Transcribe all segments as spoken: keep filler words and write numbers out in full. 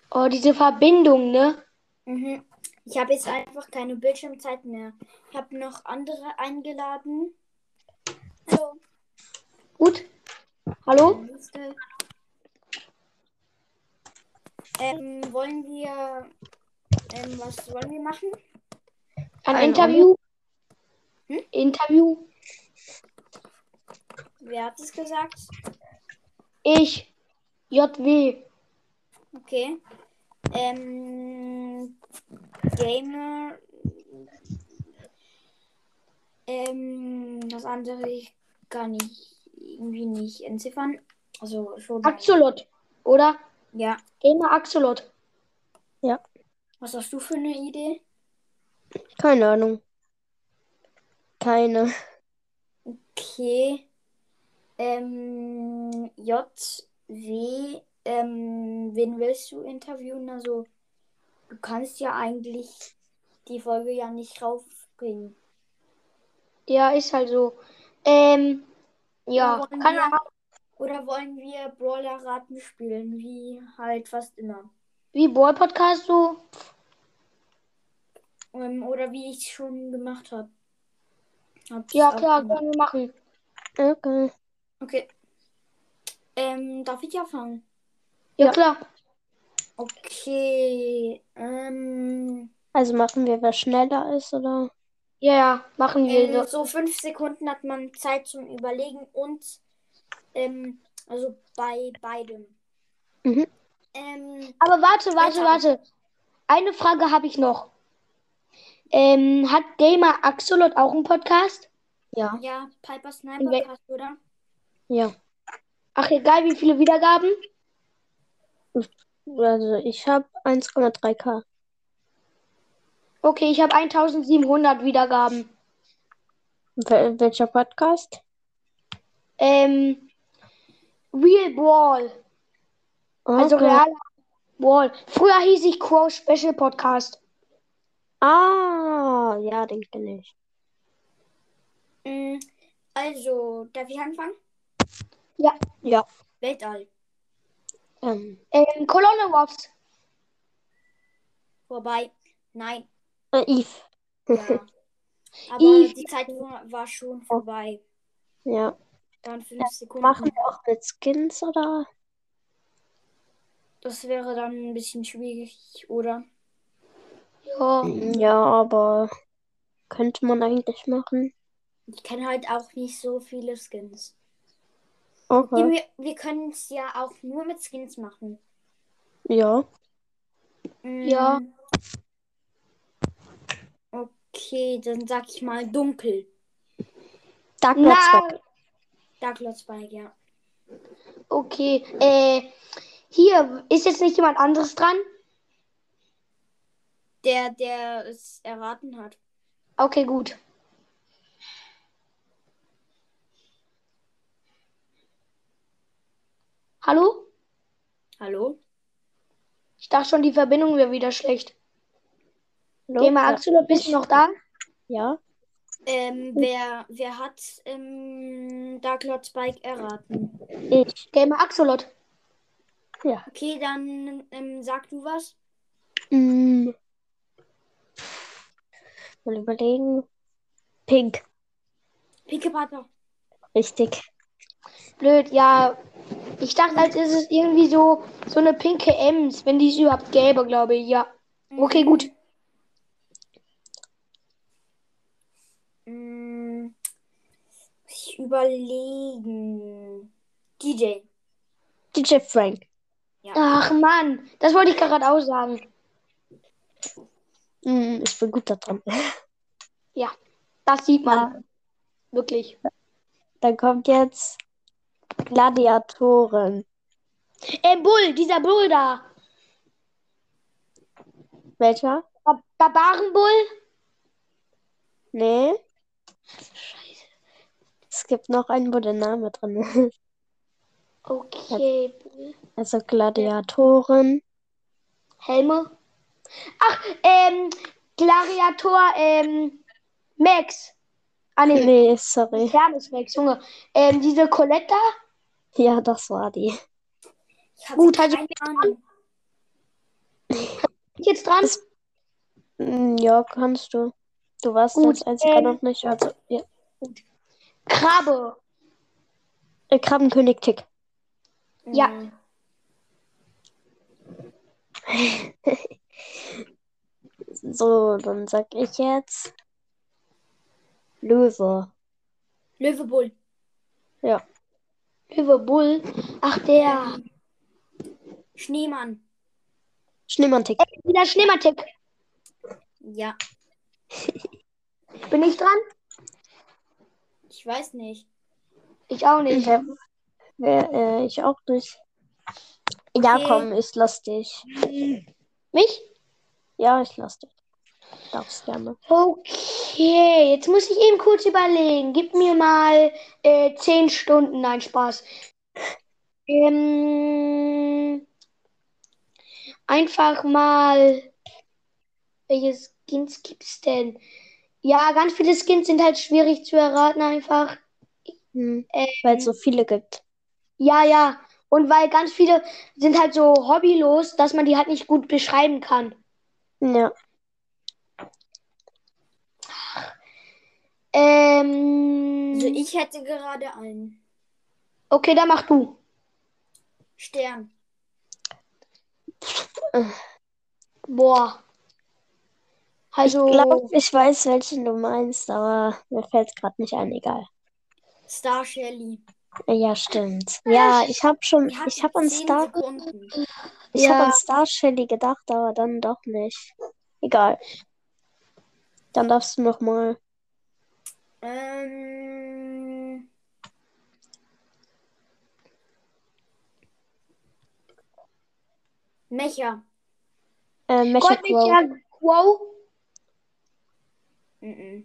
Oh, diese Verbindung, ne? Mhm. Ich habe jetzt einfach keine Bildschirmzeit mehr. Ich habe noch andere eingeladen. Hallo. Gut. Der Hallo? nächste. Ähm, wollen wir, ähm, was wollen wir machen? Ein Keine Ahnung. Interview? Hm? Interview? Wer hat es gesagt? Ich. J W. Okay. Ähm, Gamer. Ähm, das andere kann ich irgendwie nicht entziffern. Also schon. Axolot. Oder? Ja. Gamer Axolot. Ja, Was hast du für eine Idee? keine Ahnung. Keine. Okay. Ähm, J W. Ähm, wen willst du interviewen? Also, du kannst ja eigentlich die Folge ja nicht raufbringen. Ja, ist halt so. Ähm, Oder ja, wollen keine wir, Ahnung. oder wollen wir Brawler-Raten spielen, wie halt fast immer. Wie Boy Podcast so? Ähm, oder wie ich schon gemacht habe. Hab's Ja, auch klar, gemacht. können wir machen. Okay. Okay. Ähm, darf ich anfangen? Ja, Ja, klar. Okay. Ähm, also machen wir, wer schneller ist, oder? Ja, ja, machen wir ähm, so. so fünf Sekunden hat man Zeit zum Überlegen und ähm, also bei beidem. Mhm. Ähm, Aber warte, jetzt warte, habe ich. warte. Eine Frage habe ich noch. Ähm, hat Gamer Axolot auch einen Podcast? Ja, Ja, Piper In Sniper wel Cast, oder? ja. Ach, egal, wie viele Wiedergaben? Also ich habe eins Komma drei K. Okay, ich habe eintausendsiebenhundert Wiedergaben. Wel welcher Podcast? Ähm, Real Brawl. Also Okay. real Brawl. Früher hieß ich Crow Special Podcast. Ah, ja, den kenne ich. Mm, Also, darf ich anfangen? Ja. Ja. Weltall. Ähm, Ähm, Kolonne Wops. Vorbei. Nein. äh, Eve. Ja. Aber Eve. die Zeit war, war schon Ja. vorbei. Ja. Waren fünf Machen Sekunden. wir auch mit Skins, oder? Das wäre dann ein bisschen schwierig, oder? Ja. Ja, aber könnte man eigentlich machen. Ich kenne halt auch nicht so viele Skins. Okay, Okay. wir, wir können es ja auch nur mit Skins machen. Ja. Ja. Mm, okay, dann sag ich mal dunkel. Dark Lord Na, Spike. Dark Lord Spike, ja. okay. Äh, hier, ist jetzt nicht jemand anderes dran? Der, der es erraten hat. Okay, gut. Hallo? Hallo? Ich dachte schon, die Verbindung wäre wieder schlecht. Hallo? Gamer Ja. Axolot, bist du Ich? noch da? Ja. Ähm, wer, wer hat ähm, Dark Lord Spike erraten? Ich. Gamer Axolot. Ja. Okay, dann ähm, sag du was. Mm, mal überlegen. Pink. Pinke Panther. Richtig. Blöd, ja. Ich dachte, als ist es irgendwie so, so eine pinke Ems, wenn die es überhaupt gäbe, glaube ich. Ja. Okay, gut. Mm, mm, ich überlegen. D J. D J Frank. Ja. Ach Mann, das wollte ich gerade auch sagen. Mm, ich bin gut da dran. Ja, das sieht man. Ah, Wirklich. dann kommt jetzt Gladiatoren. Ey, Bull, dieser Bull da. Welcher? Bar- Barbarenbull? Nee. Es gibt noch einen, wo der Name drin ist. Okay, Bull. Also Gladiatoren. Helme? Ach, ähm, Gladiator, ähm, Max. Ah, nee, Nee, nicht sorry. Hermes Max, Junge. Ähm, diese Coletta? Ja, das war die. Ich hatte Gut, also keine Ahnung. jetzt dran? Das, mm, ja, kannst du. Du warst Gut, als einziger ähm, noch nicht. Also, ja. Krabbe. Äh, Krabbenkönig Tick. Ja. Mm, So, dann sag ich jetzt Löwe. Löwebull. Ja. Löwe, Bull. Ach, der. Ähm, Schneemann. Schneemann-Tick. Ey, wieder Schneematick. Ja, Bin ich dran? ich weiß nicht. Ich auch nicht. Wer, wer, äh, ich auch nicht. Ja, Okay. komm, ich lass dich. Mich? Ja, ich lass dich. Darfst gerne. Okay, jetzt muss ich eben kurz überlegen. Gib mir mal äh, zehn Stunden. Nein, Spaß. Ähm, einfach mal. Welche Skins gibt's denn? Ja, ganz viele Skins sind halt schwierig zu erraten, einfach. Hm. Weil es Ähm, so viele gibt. ja, ja. Und weil ganz viele sind halt so hobbylos, dass man die halt nicht gut beschreiben kann. Ja. Ähm, Also ich hätte gerade einen okay, dann mach du. Stern. Äh, Boah. Ich Also, glaube, ich weiß, welchen du meinst, aber mir fällt es gerade nicht ein. Egal. Star Shelly. Äh, Ja, stimmt. Ja, ich habe schon, Die ich hatte habe an zehn Star, Sekunden. ich habe ja, an Star Shelly gedacht, aber dann doch nicht. Egal. Dann darfst du noch mal. Ähm, Mecha. Äh, Mecha Crow. Goldmecher Quo, Mhm.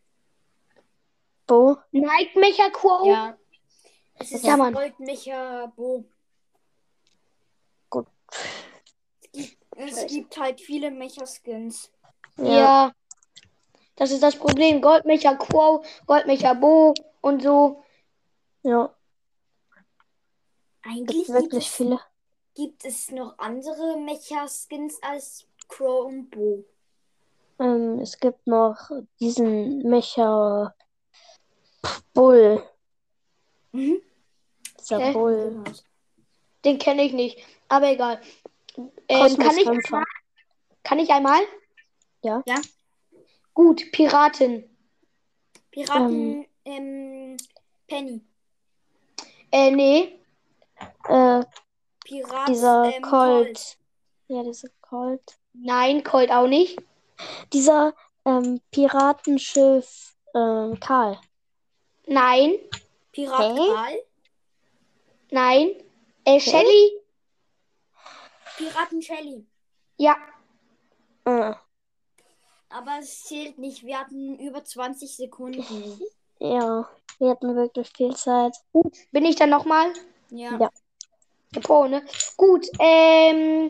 Bo. Nightmecher Quo. Ja, es ist Ja, Mann. Goldmecher Bo. Gut. Es gibt, es Scheiße. gibt halt viele Mecha-Skins. Ja. Ja, das ist das Problem. Goldmecher Quo, Goldmecher Bo und so. Ja. Gibt Eigentlich gibt wirklich es, viele. gibt es noch andere Mecha-Skins als Crow und Bo. Ähm, es gibt noch diesen Mecha Bull. Mhm. Dieser Hä? Bull. Den kenne ich nicht. Aber egal. Ähm, kann ich Kosmos-Kämpfer. einmal? Kann ich einmal? Ja. Ja, Gut, Piraten. Piraten, ähm, Penny. Äh, nee. Äh, Pirat, dieser ähm, Colt. Colt. Ja, dieser Colt. Nein, Colt auch nicht. Dieser ähm, Piratenschiff ähm, Karl. Nein, Pirat Hä? Karl. nein. Äh, Hä? Shelly? Piraten Shelly. Ja. Äh, Aber es zählt nicht. Wir hatten über zwanzig Sekunden. ja, wir hatten wirklich viel Zeit. Gut, bin ich dann nochmal? Ja. Ja. Pro, ne? Gut, ähm,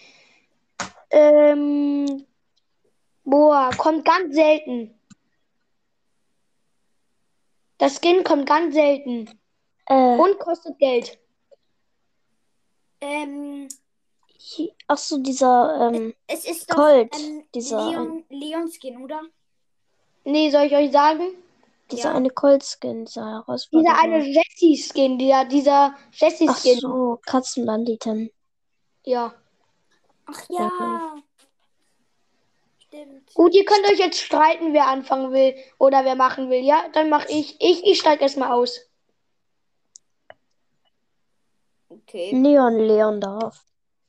ähm, boah, kommt ganz selten. Das Skin kommt ganz selten Äh, und kostet Geld. Ähm, hi- ach so, dieser ähm, es ist doch Colt. ähm, Dieser, ein, Leon, Leon Skin, oder? Nee, soll ich euch sagen? dieser Ja. eine Colt-Skin, dieser Dieser Herausforderer. eine Jessie-Skin, dieser, dieser Ach Jessie-Skin. so, Katzenbanditen. Ja. Ach Ja. ja. Stimmt. Gut, ihr könnt euch jetzt streiten, wer anfangen will oder wer machen will. Ja, dann mache ich. Ich, ich steige erstmal aus. Okay. Neon Leon darf.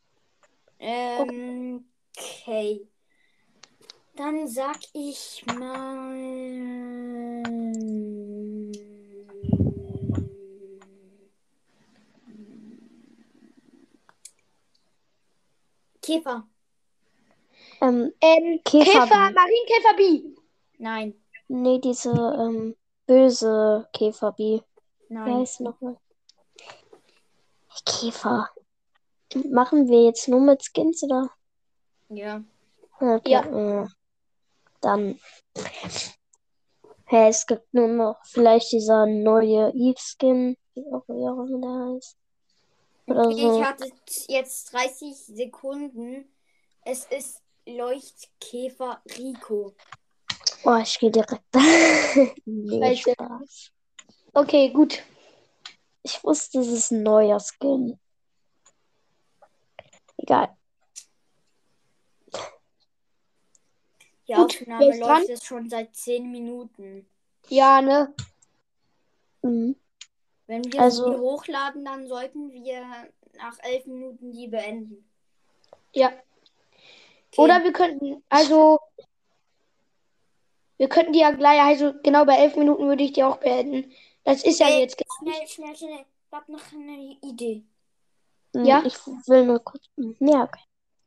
Ähm, okay. Dann sag ich mal. Käfer. Ähm, Ähm, Käfer Käfer, B. Marienkäfer B. Nein. Nee, diese ähm, böse Käfer B. Wie Nein. heißt nochmal? Käfer. Machen wir jetzt nur mit Skins oder? Ja. Okay, Ja. äh, dann. Hey, es gibt nur noch vielleicht dieser neue Eve-Skin, wie auch wie auch immer der heißt. Oder Okay, ich so. hatte jetzt dreißig Sekunden. Es ist Leuchtkäfer Rico. Oh, ich gehe direkt. Nee, Scheiße. Spaß. Okay, gut. Ich wusste, es ist ein neuer Skin. Egal. Die Gut, wer Aufnahme ist dran? läuft jetzt schon seit zehn Minuten. Ja, ne? Mhm. Wenn wir Also- sie hochladen, dann sollten wir nach elf Minuten die beenden. Ja. Okay. Oder wir könnten, also, wir könnten die ja gleich, also genau bei elf Minuten würde ich die auch beenden. Das ist ja Hey, jetzt gleich. Schnell, schnell, schnell. Ich hab noch eine Idee. Mhm, Ja? Ich will nur kurz. Mhm, Ja, okay.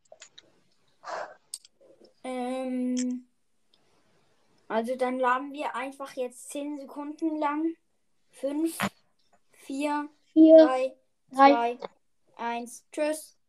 Ähm, also dann laden wir einfach jetzt zehn Sekunden lang. fünf, vier, Vier, drei, drei. zwei, eins. Tschüss.